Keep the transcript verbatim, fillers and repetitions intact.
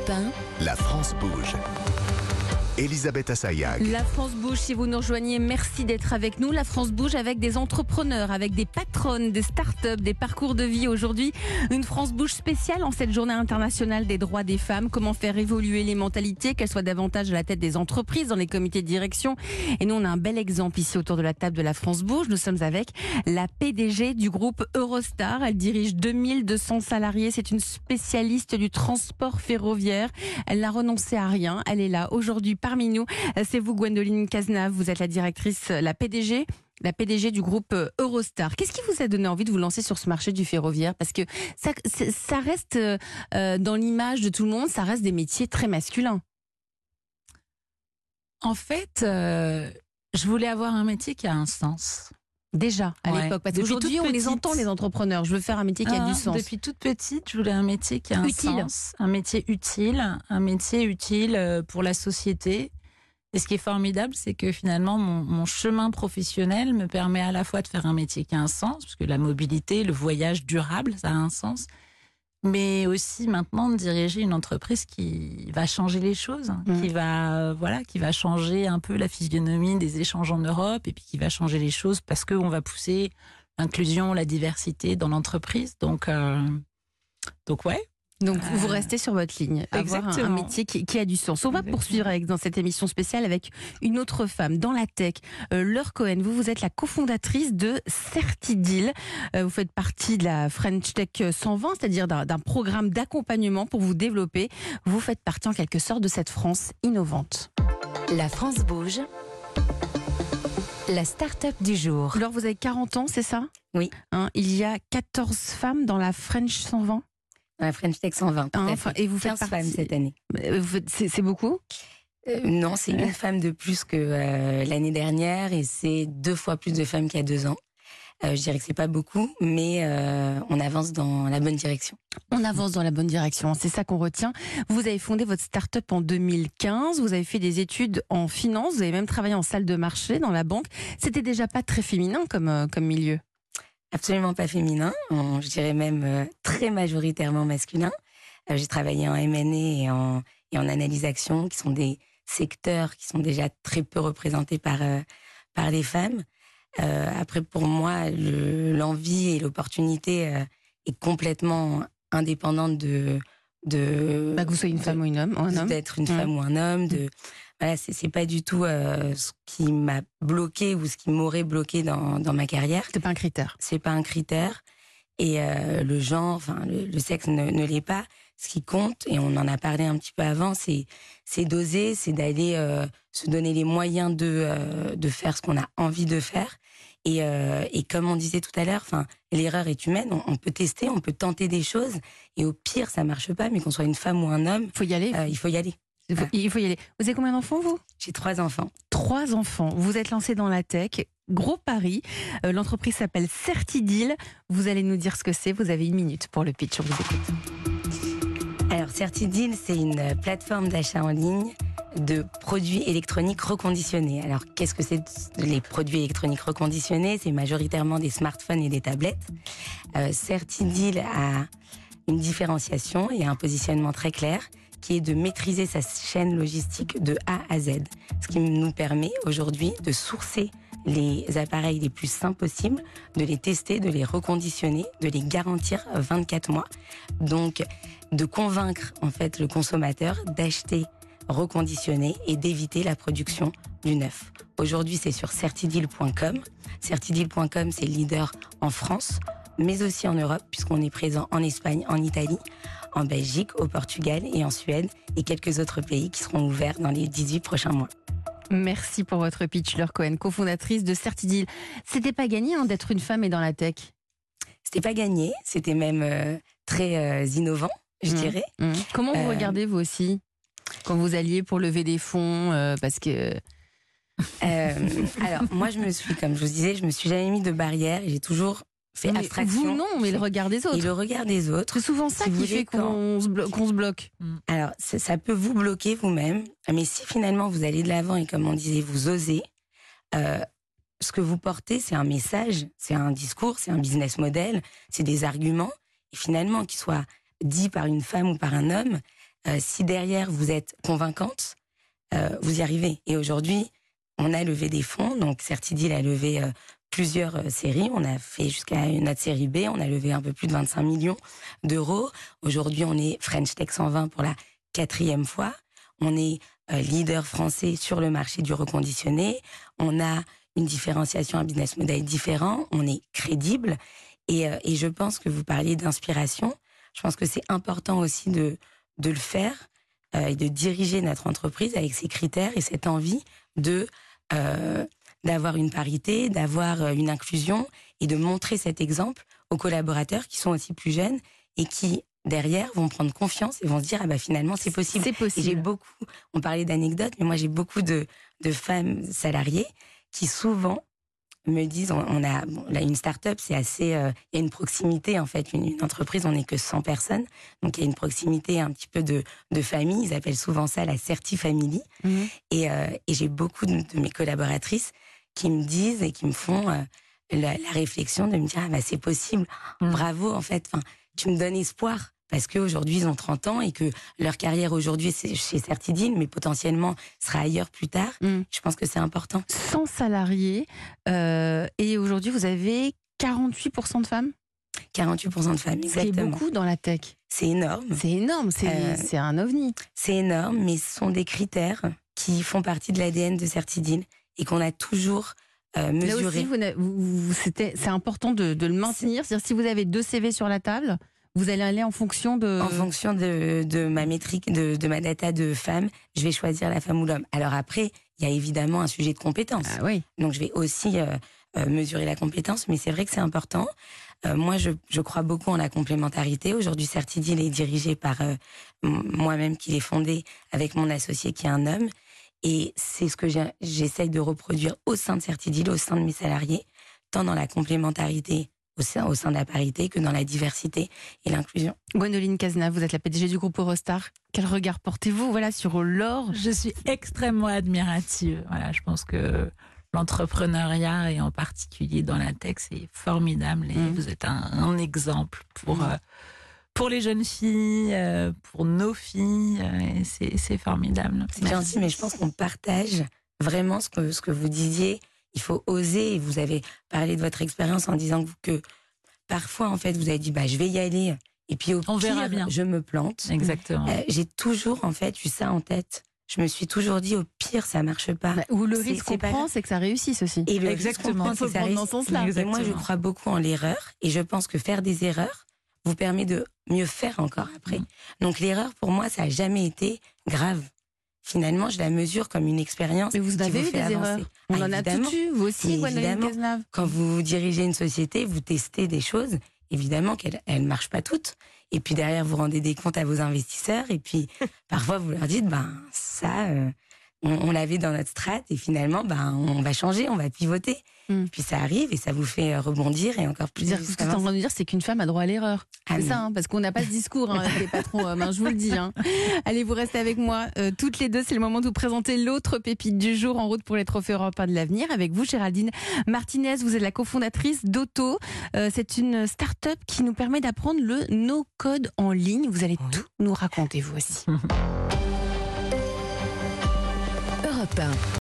Europe un. La France bouge. Elisabeth Assayag. La France bouge, si vous nous rejoignez, merci d'être avec nous. La France bouge avec des entrepreneurs, avec des patronnes, des start-up, des parcours de vie. Aujourd'hui, une France bouge spéciale en cette journée internationale des droits des femmes. Comment faire évoluer les mentalités, qu'elles soient davantage à la tête des entreprises, dans les comités de direction. Et nous, on a un bel exemple ici autour de la table de la France bouge. Nous sommes avec la P D G du groupe Eurostar. Elle dirige deux mille deux cents salariés. C'est une spécialiste du transport ferroviaire. Elle n'a renoncé à rien. Elle est là aujourd'hui parmi nous. C'est vous, Gwendoline Cazenave. Vous êtes la directrice, la P D G, la P D G du groupe Eurostar. Qu'est-ce qui vous a donné envie de vous lancer sur ce marché du ferroviaire? Parce que ça, ça reste euh, dans l'image de tout le monde, ça reste des métiers très masculins. En fait, euh, je voulais avoir un métier qui a un sens. Déjà, à Ouais. l'époque. Parce Depuis qu'aujourd'hui, toute on les petite. entend, les entrepreneurs. Je veux faire un métier qui a Ah, du sens. Depuis toute petite, je voulais un métier qui a un Utile. sens, un métier utile, un métier utile euh, pour la société. Et ce qui est formidable, c'est que finalement, mon, mon chemin professionnel me permet à la fois de faire un métier qui a un sens, parce que la mobilité, le voyage durable, ça a un sens, mais aussi maintenant de diriger une entreprise qui va changer les choses, Mmh. qui va, euh, voilà, qui va changer un peu la physionomie des échanges en Europe, et puis qui va changer les choses parce qu'on va pousser l'inclusion, la diversité dans l'entreprise. Donc, euh, donc ouais. Donc, Euh, vous restez sur votre ligne, avoir un, un exactement. métier qui, qui a du sens. On va Exactement. poursuivre avec, dans cette émission spéciale avec une autre femme dans la tech, euh, Laure Cohen. Vous, vous êtes la cofondatrice de Certideal. Euh, vous faites partie de la French Tech cent vingt, c'est-à-dire d'un, d'un programme d'accompagnement pour vous développer. Vous faites partie en quelque sorte de cette France innovante. La France bouge. La start-up du jour. Laure, vous avez quarante ans, c'est ça? Oui. Hein, il y a quatorze femmes dans la French cent vingt. Dans la French Tech cent vingt. tout Hein, à enfin, fait. et vous faites quinze partie- femmes cette année. Euh, vous faites- C'est, c'est beaucoup? Euh, non, c'est une femme de plus que euh, l'année dernière et c'est deux fois plus de femmes qu'il y a deux ans. Euh, je dirais que c'est pas beaucoup, mais euh, on avance dans la bonne direction. On avance dans la bonne direction, c'est ça qu'on retient. Vous avez fondé votre start-up en deux mille quinze, vous avez fait des études en finance, vous avez même travaillé en salle de marché dans la banque. C'était déjà pas très féminin comme, euh, comme milieu. Absolument pas féminin, on- je dirais même euh, très majoritairement masculin. Euh, j'ai travaillé en M and A et en, et en analyse action, qui sont des secteurs qui sont déjà très peu représentés par, euh, par les femmes. Euh, après, pour moi, le- l'envie et l'opportunité euh, est complètement indépendante de... de Bah, que vous soyez une de- femme ou une homme, ou un homme. d'être une Mm. femme ou un homme. De, voilà, c'est, c'est pas du tout euh, ce qui m'a bloqué ou ce qui m'aurait bloqué dans, dans ma carrière. C'est pas un critère. C'est pas un critère. Et euh, le genre, enfin le, le sexe ne, ne l'est pas. Ce qui compte, et on en a parlé un petit peu avant, c'est, c'est d'oser, c'est d'aller euh, se donner les moyens de, euh, de faire ce qu'on a envie de faire. Et, euh, et comme on disait tout à l'heure, enfin, l'erreur est humaine. On, on peut tester, on peut tenter des choses. Et au pire, ça marche pas. Mais qu'on soit une femme ou un homme, Il faut y aller. euh, il faut y aller. Il faut, il faut y aller. Vous avez combien d'enfants, vous? J'ai trois enfants. Trois enfants. Vous êtes lancé dans la tech. Gros pari. Euh, l'entreprise s'appelle Certideal. Vous allez nous dire ce que c'est. Vous avez une minute pour le pitch. On vous écoute. Alors, Certideal, c'est une plateforme d'achat en ligne de produits électroniques reconditionnés. Alors, qu'est-ce que c'est les produits électroniques reconditionnés? C'est majoritairement des smartphones et des tablettes. Euh, Certideal a une différenciation et un positionnement très clair qui est de maîtriser sa chaîne logistique de A à Z. Ce qui nous permet aujourd'hui de sourcer les appareils les plus sains possibles, de les tester, de les reconditionner, de les garantir vingt-quatre mois. Donc, de convaincre en fait le consommateur d'acheter reconditionné et d'éviter la production du neuf. Aujourd'hui, c'est sur certideal point com. certideal point com, c'est le leader en France, mais aussi en Europe, puisqu'on est présent en Espagne, en Italie, en Belgique, au Portugal et en Suède, et quelques autres pays qui seront ouverts dans les dix-huit prochains mois. Merci pour votre pitch, Laure Cohen, cofondatrice de Certideal. C'était pas gagné hein, d'être une femme et dans la tech. C'était pas gagné, c'était même euh, très euh, innovant, je Mmh. dirais. Mmh. Comment vous Euh, regardez, vous aussi, quand vous alliez pour lever des fonds euh, parce que... Euh, alors, moi, je me suis, comme je vous disais, je me suis jamais mis de barrière et j'ai toujours fait Mais abstraction. vous, non, mais le regard des Et autres. le regard des autres. C'est souvent ça Si vous qui voulez, fait qu'on se, blo- qu'on se bloque. Alors, ça, ça peut vous bloquer vous-même, mais si finalement vous allez de l'avant et comme on disait, vous osez, euh, ce que vous portez, c'est un message, c'est un discours, c'est un business model, c'est des arguments, et finalement, qu'ils soient dits par une femme ou par un homme, euh, si derrière vous êtes convaincante, euh, vous y arrivez. Et aujourd'hui, on a levé des fonds. Donc Certidil a levé euh, plusieurs euh, séries. On a fait jusqu'à notre série B. On a levé un peu plus de vingt-cinq millions d'euros. Aujourd'hui, on est French Tech cent vingt pour la quatrième fois. On est euh, leader français sur le marché du reconditionné. On a une différenciation, un business model différent. On est crédible. Et, euh, et je pense que vous parliez d'inspiration. Je pense que c'est important aussi de, de le faire euh, et de diriger notre entreprise avec ces critères et cette envie de euh, d'avoir une parité, d'avoir une inclusion et de montrer cet exemple aux collaborateurs qui sont aussi plus jeunes et qui, derrière, vont prendre confiance et vont se dire « Ah bah finalement, c'est possible ». C'est possible. Et j'ai beaucoup, on parlait d'anecdotes, mais moi j'ai beaucoup de, de femmes salariées qui souvent me disent, on, on a bon, là, une start-up, c'est assez, euh, il y a une proximité en fait, une, une entreprise, on n'est que cent personnes, donc il y a une proximité un petit peu de, de famille, ils appellent souvent ça la Certi-Family, mmh. et, euh, et j'ai beaucoup de, de mes collaboratrices qui me disent et qui me font euh, la, la réflexion de me dire, ah bah c'est possible, mmh. bravo en fait, enfin, tu me donnes espoir. Parce qu'aujourd'hui, ils ont trente ans et que leur carrière aujourd'hui, c'est chez Certidil, mais potentiellement sera ailleurs plus tard. Mm. Je pense que c'est important. cent salariés, euh, et aujourd'hui, vous avez quarante-huit pour cent de femmes ? quarante-huit pour cent de femmes, exactement. C'est beaucoup dans la tech. C'est énorme. C'est énorme, c'est euh, c'est un ovni. C'est énorme, mais ce sont des critères qui font partie de l'A D N de Certidil et qu'on a toujours euh, mesuré. Là aussi, vous, vous, c'était, c'est important de, de le maintenir. C'est-à-dire, si vous avez deux C V sur la table, vous allez aller en fonction de... En fonction de, de ma métrique, de, de ma data de femme, je vais choisir la femme ou l'homme. Alors après, il y a évidemment un sujet de compétence. Ah oui. Donc je vais aussi euh, euh, mesurer la compétence, mais c'est vrai que c'est important. Euh, moi, je, je crois beaucoup en la complémentarité. Aujourd'hui, Certidil est dirigé par euh, moi-même qui l'ai fondé avec mon associé qui est un homme. Et c'est ce que j'ai, j'essaye de reproduire au sein de Certidil, au sein de mes salariés, tant dans la complémentarité Au sein, au sein de la parité que dans la diversité et l'inclusion. Gwendoline Cazenave, vous êtes la P D G du groupe Eurostar. Quel regard portez-vous voilà, sur l'or ? Je suis extrêmement admirative. Voilà, je pense que l'entrepreneuriat, et en particulier dans la tech, c'est formidable. Et mmh. vous êtes un, un exemple pour, mmh. euh, pour les jeunes filles, euh, pour nos filles. Euh, et c'est, c'est formidable. C'est gentil, mais je pense qu'on partage vraiment ce que, ce que vous disiez. Il faut oser, et vous avez parlé de votre expérience en disant que, que parfois, en fait, vous avez dit, bah, je vais y aller, et puis au On pire, verra bien. je me plante. Exactement. Euh, j'ai toujours, en fait, eu ça en tête. Je me suis toujours dit, au pire, ça marche pas. Bah, ou le risque qu'on prend, c'est que ça réussisse aussi. Et le Exactement. risque qu'on prend, c'est que ça réussisse. Dans ce sens-là. Et moi, je crois beaucoup en l'erreur, et je pense que faire des erreurs vous permet de mieux faire encore après. Mmh. Donc l'erreur, pour moi, ça n'a jamais été grave. Finalement, je la mesure comme une expérience. Mais vous avez eu des avancer. erreurs. On ah, en a tout eu, vous aussi, Gwendoline Cazenave. Quand vous dirigez une société, vous testez des choses. Évidemment qu'elles ne marchent pas toutes. Et puis derrière, vous rendez des comptes à vos investisseurs. Et puis, parfois, vous leur dites, ben, ça, euh, on, on l'avait dans notre strat. Et finalement, ben, on va changer, on va pivoter. Mm. Puis ça arrive et ça vous fait rebondir et encore plus. Dire, ce que tu es en train de dire, c'est qu'une femme a droit à l'erreur. Ah c'est mais... ça, hein, parce qu'on n'a pas ce discours hein, avec les patrons hommes, hein, je vous le dis. Hein. Allez, vous restez avec moi euh, toutes les deux. C'est le moment de vous présenter l'autre pépite du jour en route pour les trophées européens de l'avenir. Avec vous, Géraldine Martinez, vous êtes la cofondatrice d'Auto. Euh, c'est une start-up qui nous permet d'apprendre le no-code en ligne. Vous allez oui. tout nous raconter, vous aussi. Europe un.